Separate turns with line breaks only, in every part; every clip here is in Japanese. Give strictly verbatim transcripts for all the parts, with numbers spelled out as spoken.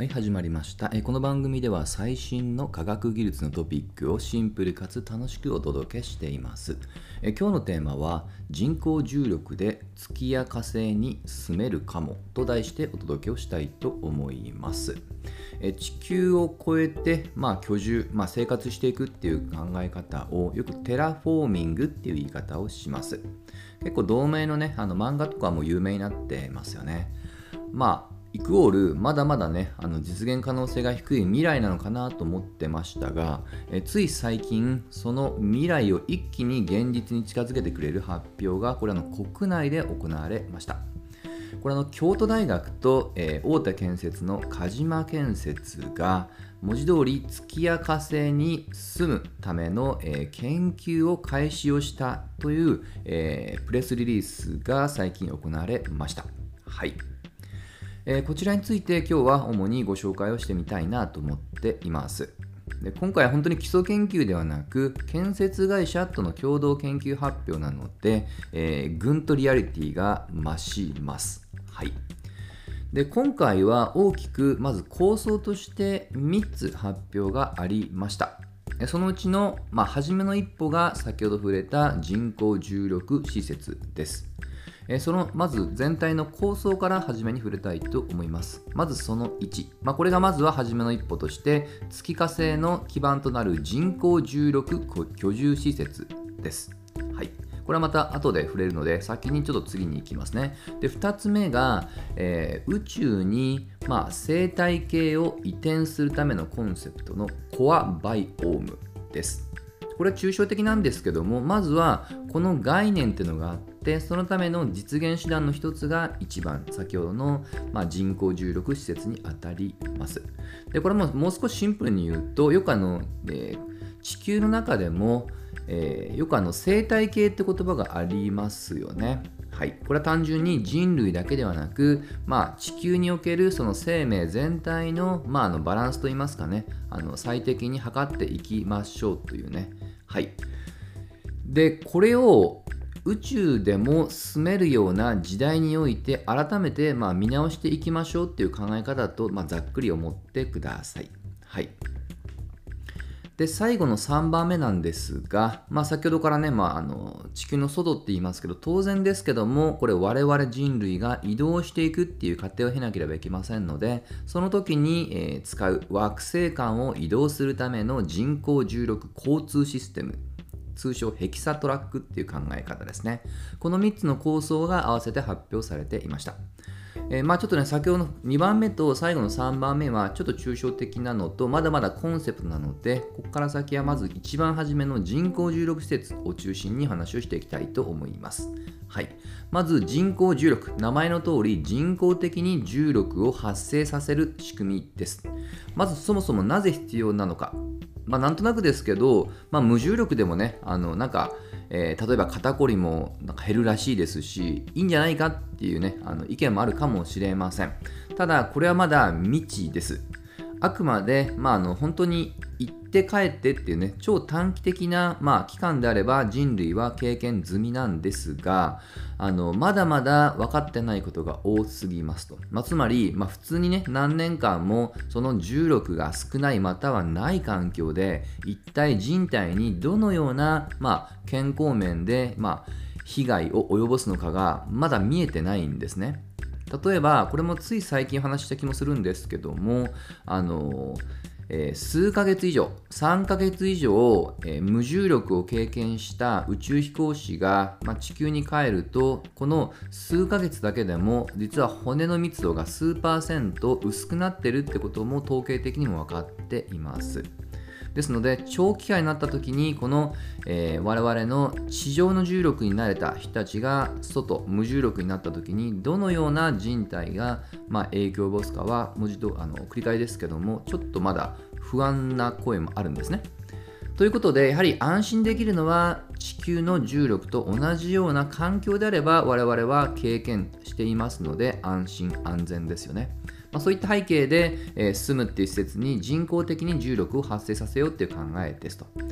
はい、始まりました。えこの番組では最新の科学技術のトピックをシンプルかつ楽しくお届けしています。え今日のテーマは人工重力で月や火星に住めるかもと題してお届けをしたいと思います。え地球を越えて、まあ、居住、まあ、生活していくっていう考え方をよくテラフォーミングっていう言い方をします。結構同名のね、あの漫画とかも有名になってますよね。まあイクオールまだまだねあの実現可能性が低い未来なのかなと思ってましたが、えつい最近その未来を一気に現実に近づけてくれる発表がこれあの国内で行われました。これあの京都大学と、えー、大手建設の鹿島建設が文字通り月や火星に住むための、えー、研究を開始をしたという、えー、プレスリリースが最近行われました。はい。えー、こちらについて今日は主にご紹介をしてみたいなと思っています。で今回は本当に基礎研究ではなく建設会社との共同研究発表なので、えー、ぐんとリアリティが増します。はい。で今回は大きくまず構想としてみっつ発表がありました。そのうちの、まあ、初めの一歩が先ほど触れた人工重力施設です。そのまず全体の構想から初めに触れたいと思います。まずそのいち、まあ、これがまずは初めの一歩として月火星の基盤となる人工重力居住施設です。はい、これはまた後で触れるので先にちょっと次に行きますね。でふたつめが、えー、宇宙に、まあ、生態系を移転するためのコンセプトのコアバイオームです。これは抽象的なんですけども、まずはこの概念っていうのがあって、そのための実現手段の一つが一番先ほどの、まあ、人工重力施設にあたります。でこれももう少しシンプルに言うと、よくあの、えー、地球の中でも、えー、よくあの生態系って言葉がありますよね。はい、これは単純に人類だけではなく、まあ、地球におけるその生命全体の、まあ、あのバランスといいますかね、あの最適に測っていきましょうというね。はい、でこれを宇宙でも住めるような時代において改めてまあ見直していきましょうっていう考え方と、まあ、ざっくり思ってください。はい。で最後のさんばんめなんですが、まあ、先ほどからね、まあ、あの地球の外って言いますけど、当然ですけどもこれ我々人類が移動していくっていう過程を経なければいけませんので、その時に、えー、使う惑星間を移動するための人工重力交通システム、通称ヘキサトラックっていう考え方ですね。このみっつの構想が合わせて発表されていました。えー、まあちょっとね、先ほどのにばんめと最後のさんばんめはちょっと抽象的なのと、まだまだコンセプトなので、ここから先はまず一番初めの人工重力施設を中心に話をしていきたいと思います。はい。まず人工重力、名前の通り人工的に重力を発生させる仕組みです。まずそもそもなぜ必要なのか。まあなんとなくですけど、まあ、無重力でもね、あのなんかえー、例えば肩こりもなんか減るらしいですし、いいんじゃないかっていうね、あの意見もあるかもしれません。ただこれはまだ未知です。あくまで、まあ、あの本当に行って帰ってっていうね、超短期的な、まあ、期間であれば人類は経験済みなんですが、あのまだまだ分かってないことが多すぎますと。まあ、つまり、まあ、普通にね、何年間もその重力が少ないまたはない環境で、一体人体にどのような、まあ、健康面で、まあ、被害を及ぼすのかがまだ見えてないんですね。例えばこれもつい最近話した気もするんですけども、あの、えー、数ヶ月以上さんかげつ以上、えー、無重力を経験した宇宙飛行士が、まあ、地球に帰ると、この数ヶ月だけでも実は骨の密度が数パーセント薄くなってるってことも統計的にも分かっています。ですので長期間になった時にこの、えー、我々の地上の重力に慣れた人たちが外無重力になった時にどのような人体が、まあ、影響を及ぼすかは文字とあの繰り返しですけども、ちょっとまだ不安な声もあるんですね。ということでやはり安心できるのは地球の重力と同じような環境であれば我々は経験していますので安心安全ですよね。まあ、そういった背景で、えー、住むっていう施設に人工的に重力を発生させようっていう考えですと。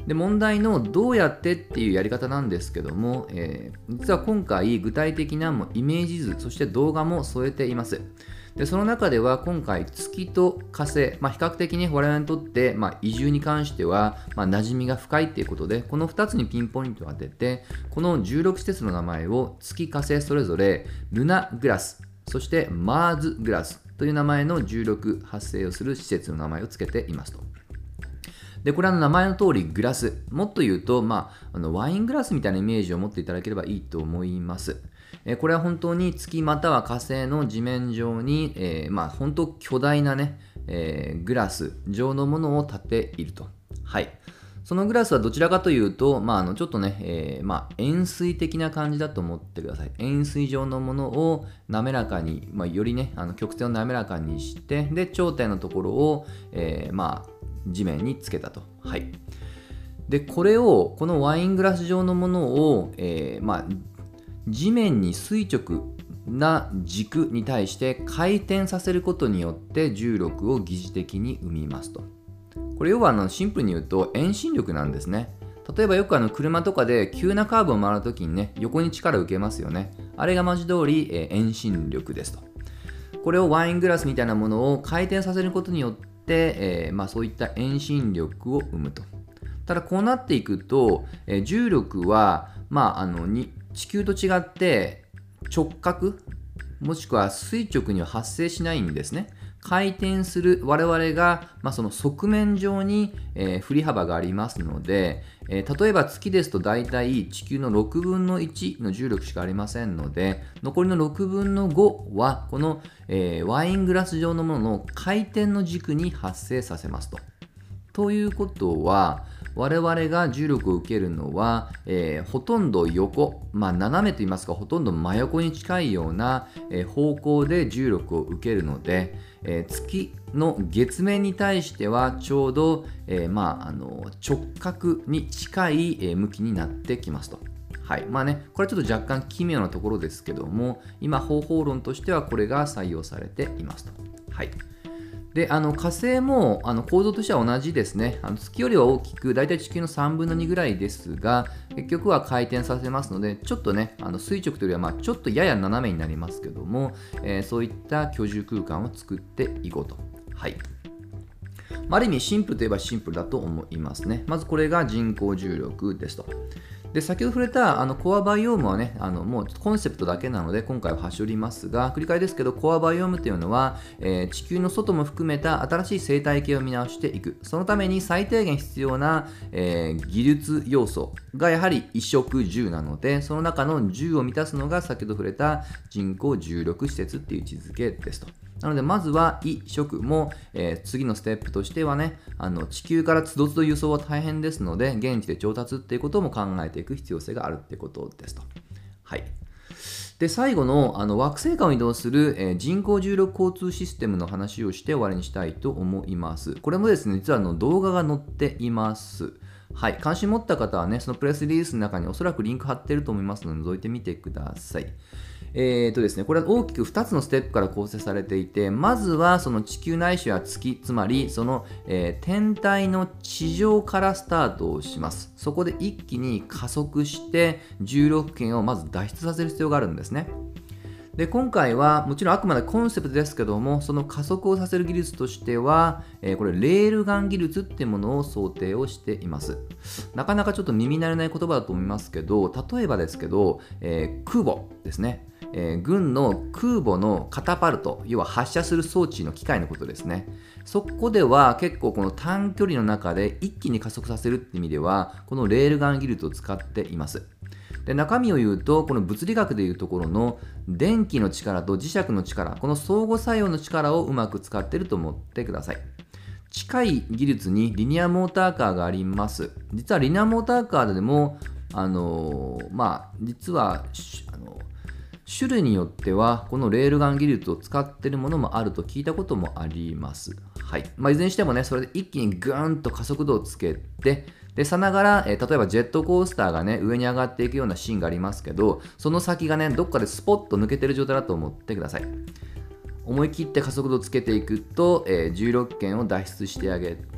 で、問題のどうやってっていうやり方なんですけども、えー、実は今回具体的なイメージ図、そして動画も添えています。で、その中では今回月と火星、まあ、比較的に我々にとって、まあ、移住に関しては、まあ、馴染みが深いっていうことで、このふたつにピンポイントを当てて、このじゅうろく施設の名前を月火星それぞれルナグラス、そしてマーズグラスという名前のじゅうろく発生をする施設の名前を付けていますと。で、これは名前の通りグラス、もっと言うと、まあ、あのワイングラスみたいなイメージを持っていただければいいと思います。えー、これは本当に月または火星の地面上に、えー、まあ、本当巨大なね、えー、グラス状のものを立ていると。はい。そのグラスはどちらかというと、まあ、あのちょっとね、えーまあ、円錐的な感じだと思ってください。円錐状のものを滑らかに、まあ、よりね、あの曲線を滑らかにして、で、頂点のところを、えー、まあ、地面につけたと。はい。で、これを、このワイングラス状のものを、えー、まあ、地面に垂直な軸に対して回転させることによって重力を疑似的に生みますと。これ要はあのシンプルに言うと遠心力なんですね。例えばよくあの車とかで急なカーブを回るときにね、横に力を受けますよね。あれが文字通り、えー、遠心力ですと。これをワイングラスみたいなものを回転させることによって、えーまあ、そういった遠心力を生むと。ただこうなっていくと、えー、重力は、まあ、あのに地球と違って直角もしくは垂直には発生しないんですね。回転する我々が、まあ、その側面上に、えー、振り幅がありますので、えー、例えば月ですと大体地球のろくぶんのいちの重力しかありませんので、残りのろくぶんのごはこの、えー、ワイングラス状のものの回転の軸に発生させますと。ということは我々が重力を受けるのは、えー、ほとんど横、まあ、斜めといいますかほとんど真横に近いような、えー、方向で重力を受けるので、えー、月の月面に対してはちょうど、えーまあ、あの直角に近い、えー、向きになってきますと。はい。まあね、これはちょっと若干奇妙なところですけども、今方法論としてはこれが採用されていますと。はい。で、あの火星もあの構造としては同じですね。あの月よりは大きく、だいたい地球のさんぶんのにぐらいですが、結局は回転させますので、ちょっとね、あの垂直というよりは、まあ、ちょっとやや斜めになりますけども、えー、そういった居住空間を作っていこうと。はい。ある意味、シンプルといえばシンプルだと思いますね。まずこれが人工重力ですと。で、先ほど触れたあのコアバイオームはね、あのもうコンセプトだけなので今回は端折りますが、繰り返しですけど、コアバイオームというのは、えー、地球の外も含めた新しい生態系を見直していく。そのために最低限必要な、えー、技術要素がやはり衣食住なので、その中の住を満たすのが先ほど触れた人工重力施設っていう位置づけですと。なのでまずは衣食も、えー、次のステップとしてはね、あの地球からつどつど輸送は大変ですので、現地で調達っていうことも考えていく必要性があるってことですと。はい。で、最後の、あの惑星間を移動する、えー、人工重力交通システムの話をして終わりにしたいと思います。これもですね、実はあの動画が載っています。はい。関心持った方はね、そのプレスリリースの中におそらくリンク貼ってると思いますので、覗いてみてください。えーとですね、これは大きくふたつのステップから構成されていて、まずはその地球ないしは月、つまりその、えー、天体の地上からスタートをします。そこで一気に加速して重力圏をまず脱出させる必要があるんですね。で、今回はもちろんあくまでコンセプトですけども、その加速をさせる技術としては、えー、これレールガン技術っていうものを想定をしています。なかなかちょっと耳慣れない言葉だと思いますけど、例えばですけど、えー、空母ですね。えー、軍の空母のカタパルト、要は発射する装置の機械のことですね。そこでは結構この短距離の中で一気に加速させるって意味では、このレールガン技術を使っています。で、中身を言うと、この物理学でいうところの電気の力と磁石の力、この相互作用の力をうまく使っていると思ってください。近い技術にリニアモーターカーがあります。実はリニアモーターカーでも、あのー、まあ、実は、あの種類によってはこのレールガン技術を使っているものもあると聞いたこともあります。はい。まあ、いずれにしてもね、それで一気にグーンと加速度をつけて、で、さながら、えー、例えばジェットコースターがね、上に上がっていくようなシーンがありますけど、その先がね、どっかでスポッと抜けてる状態だと思ってください。思い切って加速度をつけていくと、えー、重力圏を脱出してあげて、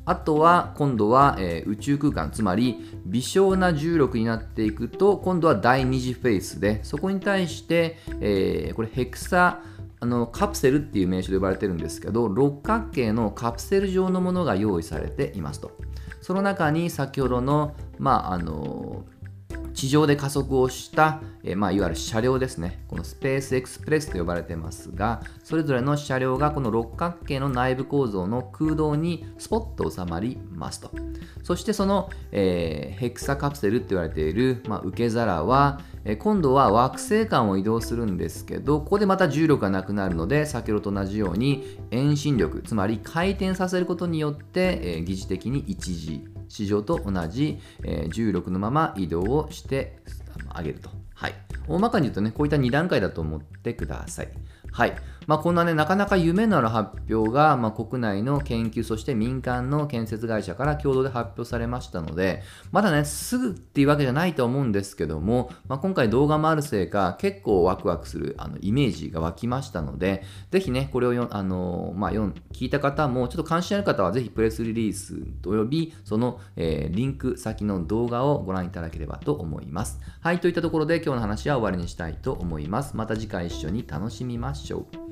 あとは今度は、えー宇宙空間、つまり微小な重力になっていくと、今度は第二次フェースで、そこに対して、えーこれヘクサあのカプセルっていう名称で呼ばれてるんですけど、六角形のカプセル状のものが用意されていますと。その中に先ほどの、まああの地上で加速をした、えーまあ、いわゆる車両ですね。このスペースエクスプレスと呼ばれてますが、それぞれの車両がこの六角形の内部構造の空洞にスポッと収まりますと。そしてその、えーヘクサカプセルって言われている、まあ、受け皿は、えー今度は惑星間を移動するんですけど、ここでまた重力がなくなるので、先ほどと同じように遠心力、つまり回転させることによって、えー疑似的に一時地上と同じ、えー重力のまま移動をしてあげると。はい。大まかに言うとね、こういったに段階だと思ってください。はい。まあ、こんなね、なかなか夢のある発表が、まあ、国内の研究、そして民間の建設会社から共同で発表されましたので、まだね、すぐっていうわけじゃないと思うんですけども、まあ、今回動画もあるせいか、結構ワクワクするあのイメージが湧きましたので、ぜひね、これをよあの、まあ、読ん聞いた方も、ちょっと関心ある方は、ぜひプレスリリースおよび、その、えーリンク先の動画をご覧いただければと思います。はい、といったところで今日の話は終わりにしたいと思います。また次回一緒に楽しみましょう。